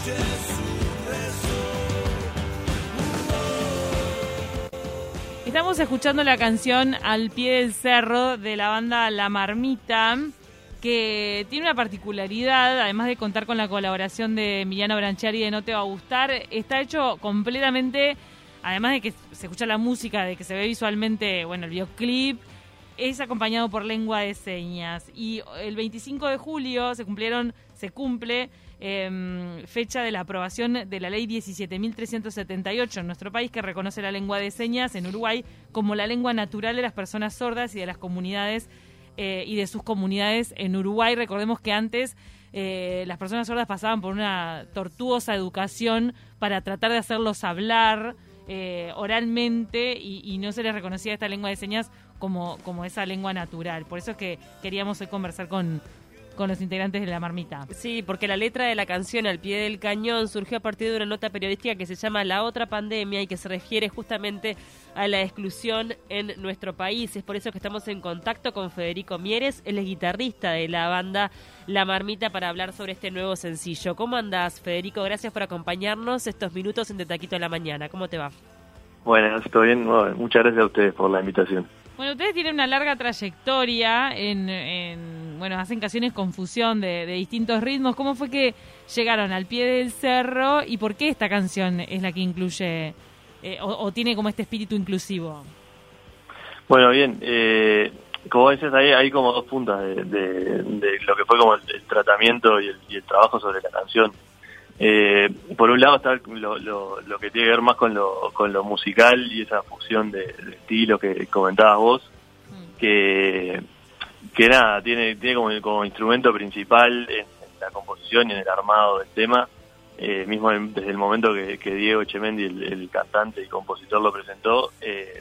Estamos escuchando la canción Al pie del cerro de la banda La Marmita, que tiene una particularidad, además de contar con la colaboración de Emiliano Branchiari de No Te Va a Gustar. Está hecho completamente, además de que se escucha la música, de que se ve visualmente, bueno, el videoclip, es acompañado por lengua de señas. Y el 25 de julio se cumple fecha de la aprobación de la ley 17.378 en nuestro país, que reconoce la lengua de señas en Uruguay como la lengua natural de las personas sordas y de las comunidades y de sus comunidades en Uruguay. Recordemos que antes las personas sordas pasaban por una tortuosa educación para tratar de hacerlos hablar oralmente y no se les reconocía esta lengua de señas como esa lengua natural. Por eso es que queríamos hoy conversar con los integrantes de La Marmita. Sí, porque la letra de la canción Al pie del cañón surgió a partir de una nota periodística que se llama La otra pandemia y que se refiere justamente a la exclusión en nuestro país. Es por eso que estamos en contacto con Federico Mieres, él es guitarrista de la banda La Marmita, para hablar sobre este nuevo sencillo. ¿Cómo andás, Federico? Gracias por acompañarnos estos minutos en De Taquito de la Mañana. ¿Cómo te va? Bueno, estoy bien. Bueno, muchas gracias a ustedes por la invitación. Bueno, ustedes tienen una larga trayectoria bueno, hacen canciones con fusión de distintos ritmos. ¿Cómo fue que llegaron al pie del cerro y por qué esta canción es la que incluye o tiene como este espíritu inclusivo? Bueno, bien, como dices, hay como dos puntas de lo que fue como el tratamiento y el trabajo sobre la canción. Por un lado está lo que tiene que ver más con lo musical y esa fusión de estilo que comentabas vos, que nada, tiene como instrumento principal en la composición y en el armado del tema, mismo desde el momento que Diego Echemendi, el cantante y compositor, lo presentó,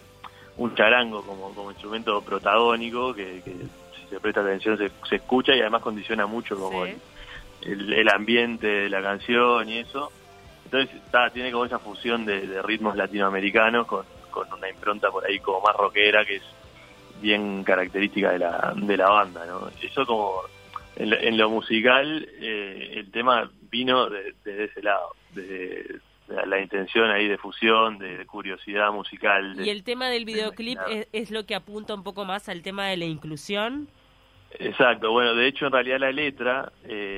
un charango como instrumento protagónico que si se presta atención se escucha y además condiciona mucho como sí, el ambiente de la canción y eso. Entonces tiene como esa fusión de ritmos latinoamericanos con una impronta por ahí como más rockera, que es bien característica de la banda, ¿no? Eso como en lo musical, el tema vino desde ese lado, desde la intención ahí de fusión, de curiosidad musical. ¿Y el tema del videoclip es lo que apunta un poco más al tema de la inclusión? Exacto, bueno, de hecho en realidad la letra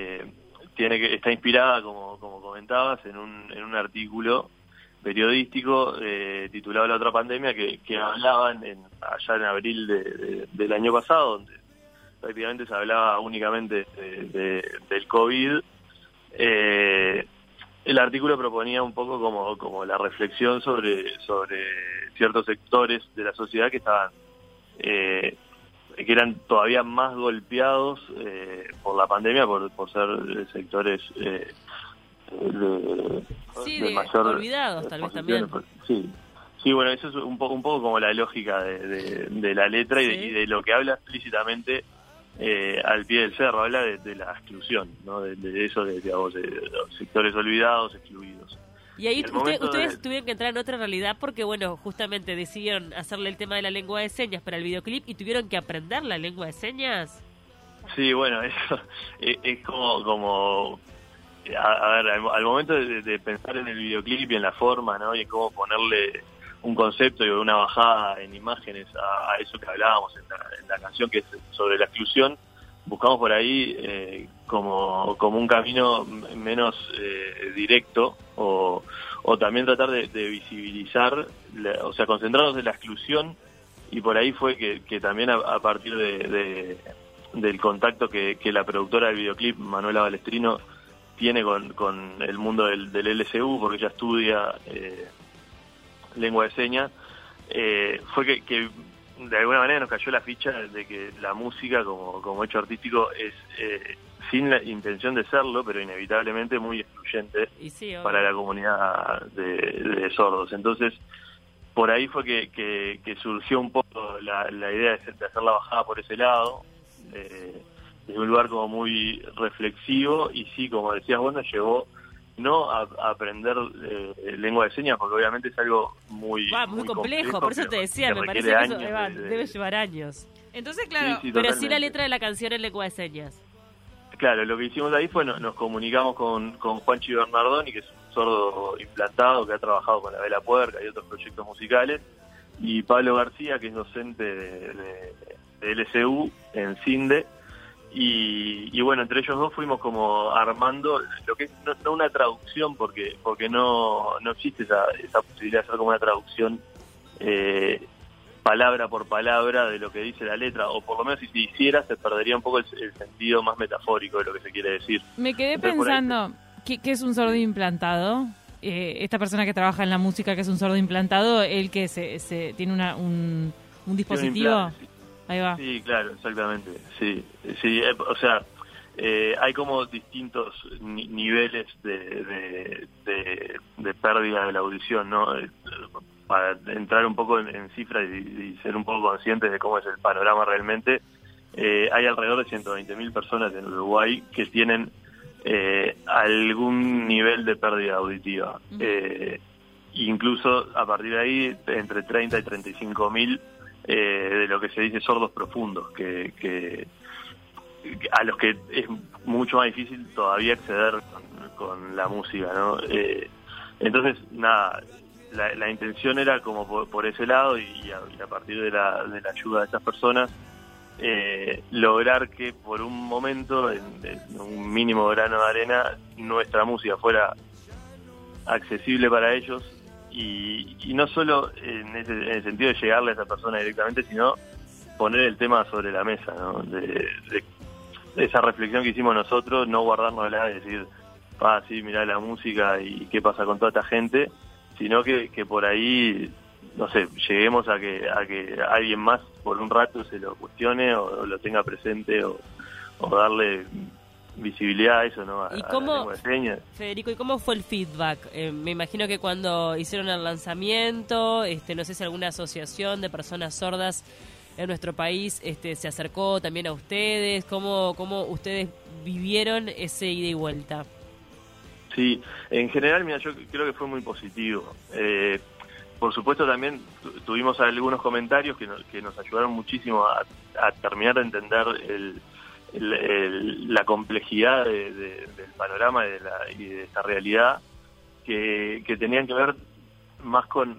está inspirada, como comentabas, en un artículo periodístico titulado La otra pandemia que hablaban allá en abril del año pasado, donde prácticamente se hablaba únicamente del COVID. El artículo proponía un poco como la reflexión sobre ciertos sectores de la sociedad que estaban que eran todavía más golpeados por la pandemia por ser sectores de mayor olvidados tal vez también. Sí, bueno, eso es un poco como la lógica de la letra, ¿sí? y de lo que habla explícitamente Al pie del cerro, habla de la exclusión, ¿no? de eso, de los sectores olvidados, excluidos. Y ahí ustedes tuvieron que entrar en otra realidad porque, bueno, justamente decidieron hacerle el tema de la lengua de señas para el videoclip y tuvieron que aprender la lengua de señas. Sí, bueno, eso es como a ver, al momento de pensar en el videoclip y en la forma, ¿no? Y en cómo ponerle un concepto y una bajada en imágenes a eso que hablábamos en la canción, que es sobre la exclusión, buscamos por ahí como un camino menos directo o también tratar de visibilizar, o sea, concentrarnos en la exclusión, y por ahí fue que también a partir del contacto que la productora del videoclip, Manuela Balestrino, tiene con el mundo del LSU, porque ella estudia lengua de señas, fue que de alguna manera nos cayó la ficha de que la música como hecho artístico es sin la intención de serlo, pero inevitablemente muy excluyente para la comunidad de sordos. Entonces, por ahí fue que surgió un poco la idea de hacer la bajada por ese lado, desde un lugar como muy reflexivo, y sí, como decías vos, nos llevó no a aprender lengua de señas, porque obviamente es algo muy complejo, por eso te decía, me parece que eso debe llevar años. Entonces, claro, pero sí la letra de la canción en lengua de señas. claro, lo que hicimos ahí fue nos comunicamos con Juanchi Bernardoni, que es un sordo implantado que ha trabajado con la Vela Puerca y otros proyectos musicales, y Pablo García, que es docente de LSU en CINDE, y bueno, entre ellos dos fuimos como armando lo que es no una traducción, porque no existe esa posibilidad de hacer como una traducción palabra por palabra de lo que dice la letra, o por lo menos si se hiciera se perdería un poco el sentido más metafórico de lo que se quiere decir. Me quedé pensando, ¿qué es un sordo implantado? Esta persona que trabaja en la música, que es un sordo implantado, el que se tiene un dispositivo. Sí. Ahí va. Sí, claro, exactamente. Sí, o sea, hay como distintos niveles de pérdida de la audición, ¿no? Para entrar un poco en cifras y ser un poco conscientes de cómo es el panorama realmente, hay alrededor de 120.000 personas en Uruguay que tienen algún nivel de pérdida auditiva. Incluso a partir de ahí, entre 30 y 35.000 de lo que se dice sordos profundos, que a los que es mucho más difícil todavía acceder con la música, ¿no? Entonces, nada, la intención era como por ese lado y a partir de la ayuda de estas personas lograr que por un momento, en un mínimo grano de arena, nuestra música fuera accesible para ellos y no solo en el sentido de llegarle a esa persona directamente, sino poner el tema sobre la mesa, ¿no? De esa reflexión que hicimos nosotros, no guardárnosla y decir, sí, mirá la música y qué pasa con toda esta gente, sino que por ahí, no sé, lleguemos a que alguien más por un rato se lo cuestione o lo tenga presente o darle visibilidad a eso, ¿no? ¿Y cómo, la lengua de señas. Federico, y cómo fue el feedback? Me imagino que cuando hicieron el lanzamiento, no sé si alguna asociación de personas sordas en nuestro país se acercó también a ustedes. ¿Cómo ustedes vivieron ese ida y vuelta? Sí, en general, mira, yo creo que fue muy positivo. Por supuesto, también tuvimos algunos comentarios que nos ayudaron muchísimo a terminar de entender la complejidad del panorama y de esta realidad que tenían que ver más con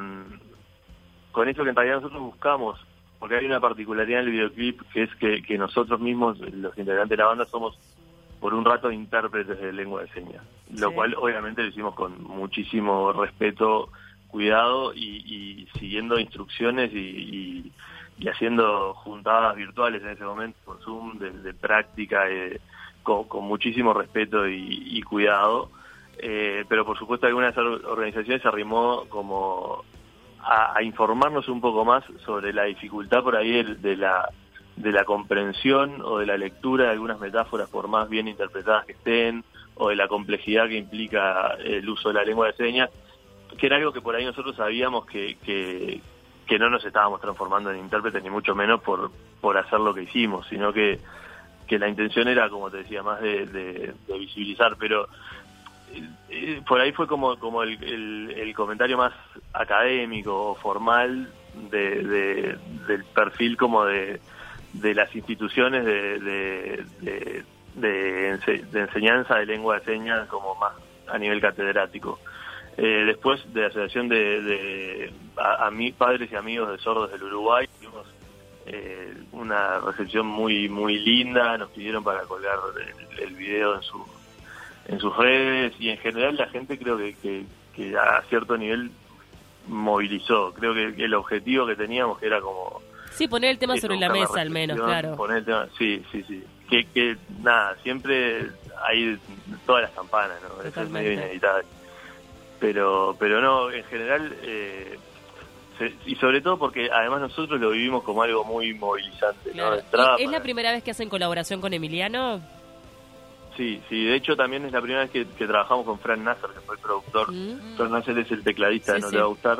eso que en realidad nosotros buscamos, porque hay una particularidad en el videoclip que es que nosotros mismos, los integrantes de la banda, somos por un rato intérpretes de lengua de señas, lo cual obviamente lo hicimos con muchísimo respeto, cuidado y siguiendo instrucciones y haciendo juntadas virtuales en ese momento por Zoom de práctica con muchísimo respeto y cuidado, pero por supuesto alguna de esas organizaciones se arrimó como a informarnos un poco más sobre la dificultad por ahí de la comprensión o de la lectura de algunas metáforas, por más bien interpretadas que estén, o de la complejidad que implica el uso de la lengua de señas, que era algo que por ahí nosotros sabíamos que no nos estábamos transformando en intérpretes, ni mucho menos por hacer lo que hicimos, sino que la intención era, como te decía, más de visibilizar, pero por ahí fue como el comentario más académico o formal del perfil como de las instituciones de enseñanza de lengua de señas, como más a nivel catedrático. Después de la asociación de padres y amigos de sordos del Uruguay, tuvimos una recepción muy muy linda, nos pidieron para colgar el video en sus redes, y en general la gente creo que a cierto nivel movilizó. Creo que el objetivo que teníamos, que era como... Sí, poner el tema sobre la mesa al menos, claro. Poner el tema, sí. Que nada, siempre hay todas las campanas, ¿no? Eso es medio inevitable. Pero no, en general, y sobre todo porque además nosotros lo vivimos como algo muy movilizante, claro. ¿no? Entrada, ¿Es la primera vez que hacen colaboración con Emiliano? Sí, de hecho también es la primera vez que trabajamos con Fran Nasser, que fue el productor. Fran Nasser es el tecladista de No Te Va a Gustar.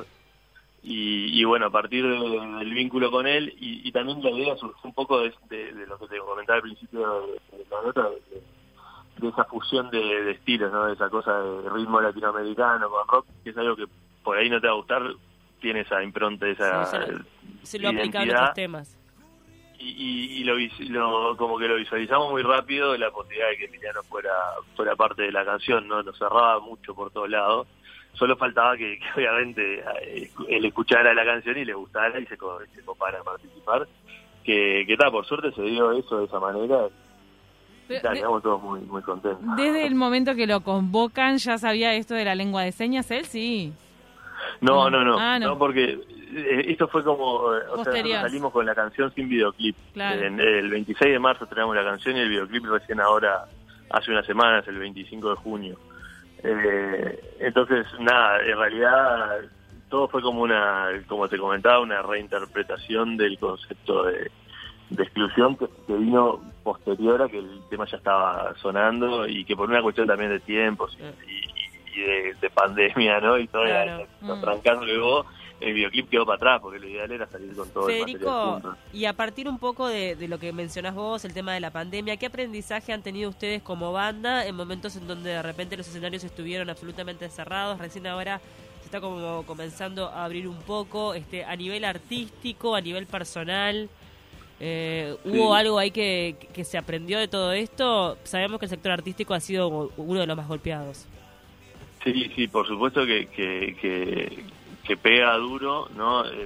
Y bueno, a partir del vínculo con él, y también la idea surgió un poco de lo que te comentaba al principio de la nota, de esa fusión de estilos, ¿no? De esa cosa de ritmo latinoamericano con rock, que es algo que por ahí No Te Va a Gustar, tiene esa impronta, esa se lo aplicado en otros temas. como que lo visualizamos muy rápido, la posibilidad de que Emiliano fuera parte de la canción, ¿no? Nos cerraba mucho por todos lados. Solo faltaba que obviamente él escuchara la canción y le gustara y se copara a participar. Que tal, por suerte se dio eso de esa manera. Quedamos todos muy, muy contentos. Desde el momento que lo convocan, ¿ya sabía esto de la lengua de señas él? Sí. No, porque esto fue como, o sea, salimos con la canción sin videoclip. Claro. El 26 de marzo tenemos la canción y el videoclip recién ahora, hace unas semanas, el 25 de junio. Entonces, nada, en realidad todo fue como como te comentaba, una reinterpretación del concepto de exclusión que vino posterior a que el tema ya estaba sonando y que por una cuestión también de tiempos y de pandemia, ¿no? Y todavía arrancando luego, el videoclip quedó para atrás porque lo ideal era salir con todo Federico, el material juntos. Y a partir un poco de lo que mencionás vos, el tema de la pandemia, ¿qué aprendizaje han tenido ustedes como banda en momentos en donde de repente los escenarios estuvieron absolutamente cerrados? Recién ahora se está como comenzando a abrir un poco, a nivel artístico, a nivel personal. ¿Hubo algo ahí que se aprendió de todo esto? Sabemos que el sector artístico ha sido uno de los más golpeados. Sí, por supuesto que pega duro, ¿no? A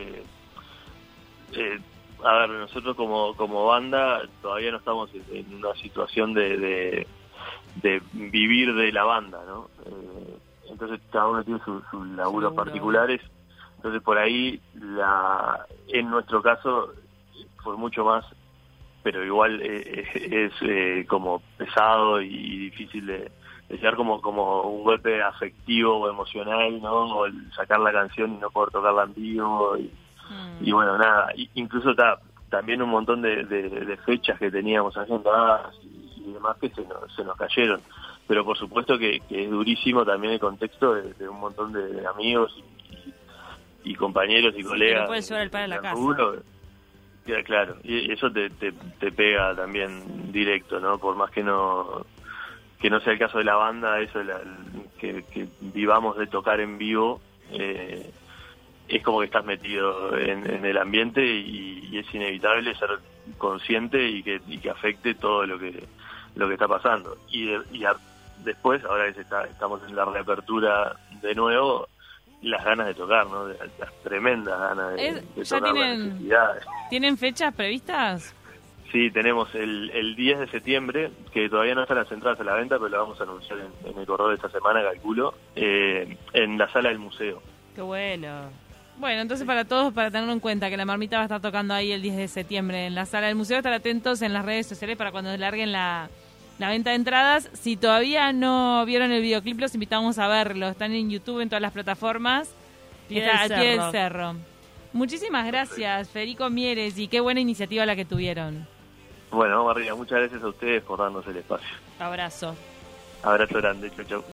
ver, nosotros como banda todavía no estamos en una situación de vivir de la banda, ¿no? Entonces cada uno tiene sus laburos particulares. Entonces por ahí, en nuestro caso, fue mucho más, pero igual es como pesado y difícil de llegar como un golpe afectivo o emocional, ¿no? O el sacar la canción y no poder tocarla en vivo y bueno, nada, incluso también un montón de fechas que teníamos agendadas y demás que se nos cayeron, pero por supuesto que es durísimo también el contexto de un montón de amigos y compañeros y colegas. Que no pueden llevar el pan a la casa. Claro, y eso te pega también directo, ¿no? Por más que no sea el caso de la banda, eso que vivamos de tocar en vivo, es como que estás metido en el ambiente y es inevitable ser consciente y que afecte todo lo que está pasando. Después, ahora que estamos en la reapertura de nuevo, las ganas de tocar, ¿no? Las tremendas ganas de tocar. ¿Tienen fechas previstas? Sí, tenemos el 10 de septiembre, que todavía no están las entradas a la venta, pero lo vamos a anunciar en el correo de esta semana, calculo, en la sala del museo. ¡Qué bueno! Bueno, entonces para todos, para tenerlo en cuenta, que la Marmita va a estar tocando ahí el 10 de septiembre en la sala del museo, estar atentos en las redes sociales para cuando larguen la venta de entradas. Si todavía no vieron el videoclip, los invitamos a verlo. Están en YouTube, en todas las plataformas. Al pie del cerro. Muchísimas gracias, Federico Mieres, y qué buena iniciativa la que tuvieron. Bueno, María, muchas gracias a ustedes por darnos el espacio. Abrazo. Abrazo grande, chau.